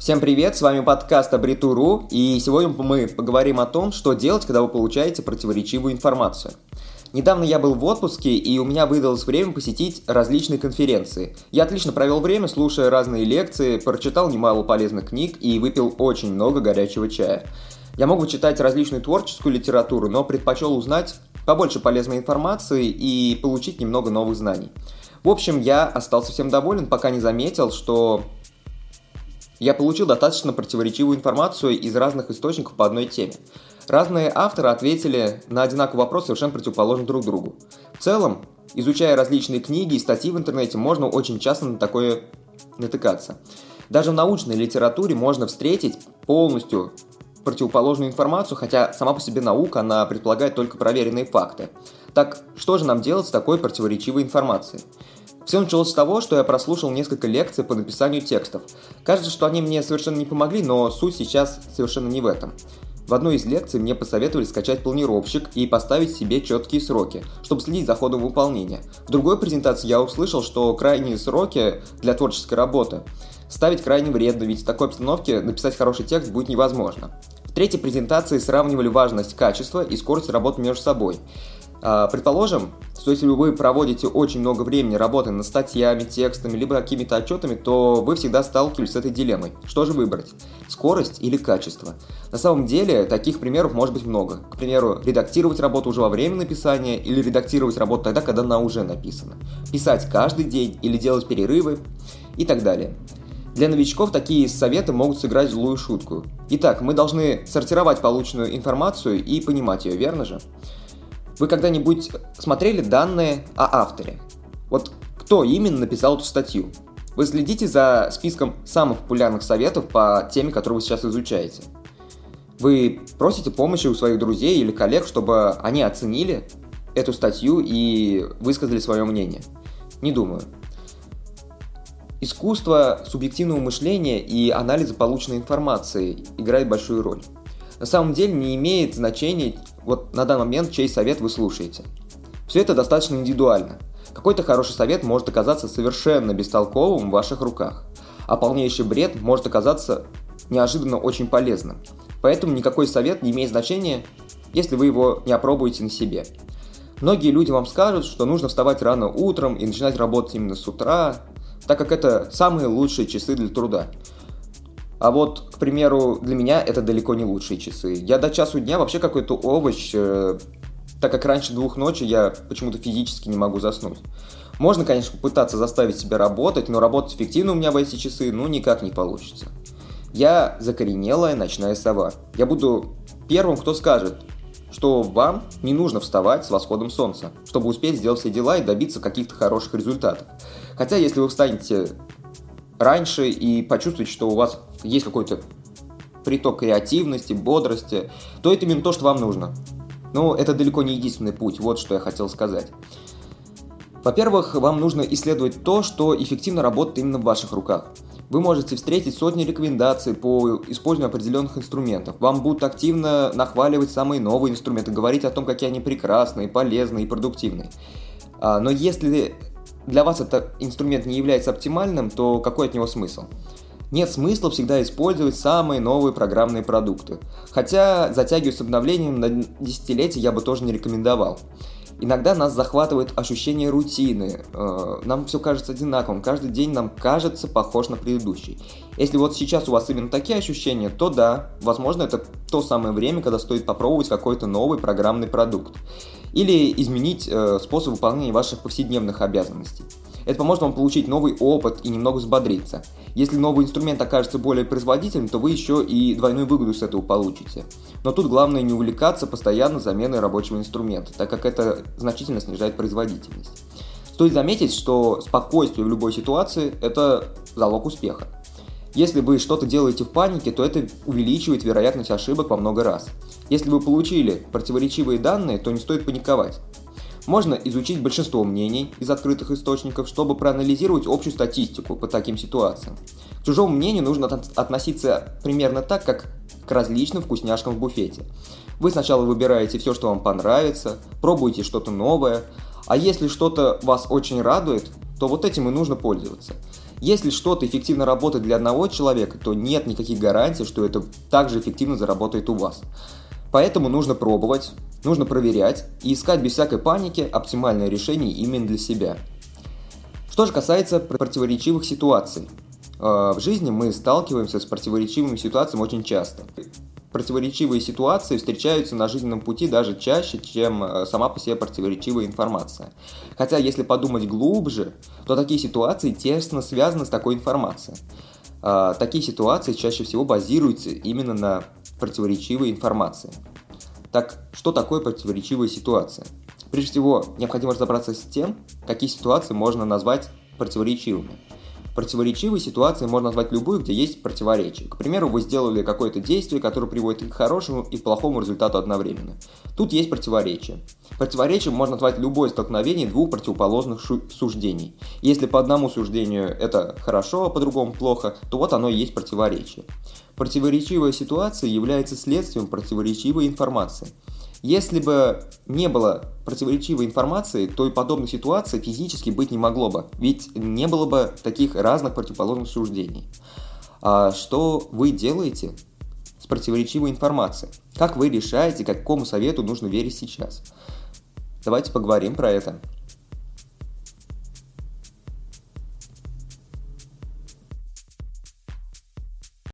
Всем привет, с вами подкаст Абритуру, и сегодня мы поговорим о том, что делать, когда вы получаете противоречивую информацию. Недавно я был в отпуске, и у меня выдалось время посетить различные конференции. Я отлично провел время, слушая разные лекции, прочитал немало полезных книг и выпил очень много горячего чая. Я мог бы читать различную творческую литературу, но предпочел узнать побольше полезной информации и получить немного новых знаний. В общем, я остался всем доволен, пока не заметил, что я получил достаточно противоречивую информацию из разных источников по одной теме. Разные авторы ответили на одинаковый вопрос совершенно противоположный друг другу. В целом, изучая различные книги и статьи в интернете, можно очень часто на такое натыкаться. Даже в научной литературе можно встретить полностью противоположную информацию, хотя сама по себе наука, она предполагает только проверенные факты. Так, что же нам делать с такой противоречивой информацией? Все началось с того, что я прослушал несколько лекций по написанию текстов. Кажется, что они мне совершенно не помогли, но суть сейчас совершенно не в этом. В одной из лекций мне посоветовали скачать планировщик и поставить себе четкие сроки, чтобы следить за ходом выполнения. В другой презентации я услышал, что крайние сроки для творческой работы ставить крайне вредно, ведь в такой обстановке написать хороший текст будет невозможно. В третьей презентации сравнивали важность качества и скорость работы между собой. Предположим, что если вы проводите очень много времени работая над статьями, текстами, либо какими-то отчетами, то вы всегда сталкивались с этой дилеммой. Что же выбрать? Скорость или качество? На самом деле, таких примеров может быть много. К примеру, редактировать работу уже во время написания или редактировать работу тогда, когда она уже написана. Писать каждый день или делать перерывы и так далее. Для новичков такие советы могут сыграть злую шутку. Итак, мы должны сортировать полученную информацию и понимать ее, верно же? Вы когда-нибудь смотрели данные о авторе? Вот кто именно написал эту статью? Вы следите за списком самых популярных советов по теме, которую вы сейчас изучаете? Вы просите помощи у своих друзей или коллег, чтобы они оценили эту статью и высказали свое мнение? Не думаю. Искусство субъективного мышления и анализа полученной информации играет большую роль. На самом деле не имеет значения вот на данный момент, чей совет вы слушаете. Все это достаточно индивидуально. Какой-то хороший совет может оказаться совершенно бестолковым в ваших руках, а полнейший бред может оказаться неожиданно очень полезным. Поэтому никакой совет не имеет значения, если вы его не опробуете на себе. Многие люди вам скажут, что нужно вставать рано утром и начинать работать именно с утра, так как это самые лучшие часы для труда. А вот, к примеру, для меня это далеко не лучшие часы. Я до часу дня вообще какой-то овощ, так как раньше 2 ночи я почему-то физически не могу заснуть. Можно, конечно, попытаться заставить себя работать, но работать эффективно у меня в эти часы, никак не получится. Я закоренелая ночная сова. Я буду первым, кто скажет, что вам не нужно вставать с восходом солнца, чтобы успеть сделать все дела и добиться каких-то хороших результатов. Хотя, если вы встанете раньше и почувствуете, что у вас есть какой-то приток креативности, бодрости, то это именно то, что вам нужно. Но это далеко не единственный путь, вот что я хотел сказать. Во-первых, вам нужно исследовать то, что эффективно работает именно в ваших руках. Вы можете встретить сотни рекомендаций по использованию определенных инструментов. Вам будут активно нахваливать самые новые инструменты, говорить о том, какие они прекрасные, полезные и продуктивные. Но если для вас этот инструмент не является оптимальным, то какой от него смысл? Нет смысла всегда использовать самые новые программные продукты. Хотя затягивать с обновлением на десятилетие я бы тоже не рекомендовал. Иногда нас захватывает ощущение рутины, нам все кажется одинаковым, каждый день нам кажется похож на предыдущий. Если вот сейчас у вас именно такие ощущения, то да, возможно, это то самое время, когда стоит попробовать какой-то новый программный продукт. Или изменить способ выполнения ваших повседневных обязанностей. Это поможет вам получить новый опыт и немного взбодриться. Если новый инструмент окажется более производительным, то вы еще и двойную выгоду с этого получите. Но тут главное не увлекаться постоянно заменой рабочего инструмента, так как это значительно снижает производительность. Стоит заметить, что спокойствие в любой ситуации – это залог успеха. Если вы что-то делаете в панике, то это увеличивает вероятность ошибок во много раз. Если вы получили противоречивые данные, то не стоит паниковать. Можно изучить большинство мнений из открытых источников, чтобы проанализировать общую статистику по таким ситуациям. К чужому мнению нужно относиться примерно так, как к различным вкусняшкам в буфете. Вы сначала выбираете все, что вам понравится, пробуете что-то новое, а если что-то вас очень радует, то вот этим и нужно пользоваться. Если что-то эффективно работает для одного человека, то нет никаких гарантий, что это также эффективно заработает у вас. Поэтому нужно пробовать, нужно проверять и искать без всякой паники оптимальное решение именно для себя. Что же касается противоречивых ситуаций. В жизни мы сталкиваемся с противоречивыми ситуациями очень часто. Противоречивые ситуации встречаются на жизненном пути даже чаще, чем сама по себе противоречивая информация. Хотя, если подумать глубже, то такие ситуации тесно связаны с такой информацией. Такие ситуации чаще всего базируются именно на противоречивой информации. Так, что такое противоречивая ситуация? Прежде всего, необходимо разобраться с тем, какие ситуации можно назвать противоречивыми. Противоречивой ситуацией можно назвать любую, где есть противоречие. К примеру, вы сделали какое-то действие, которое приводит и к хорошему, и к плохому результату одновременно. Тут есть противоречие. Противоречием можно назвать любое столкновение двух противоположных суждений. Если по одному суждению это хорошо, а по другому плохо, то вот оно и есть противоречие. Противоречивая ситуация является следствием противоречивой информации. Если бы не было противоречивой информации, то и подобной ситуации физически быть не могло бы, ведь не было бы таких разных противоположных суждений. А что вы делаете с противоречивой информацией? Как вы решаете, какому совету нужно верить сейчас? Давайте поговорим про это.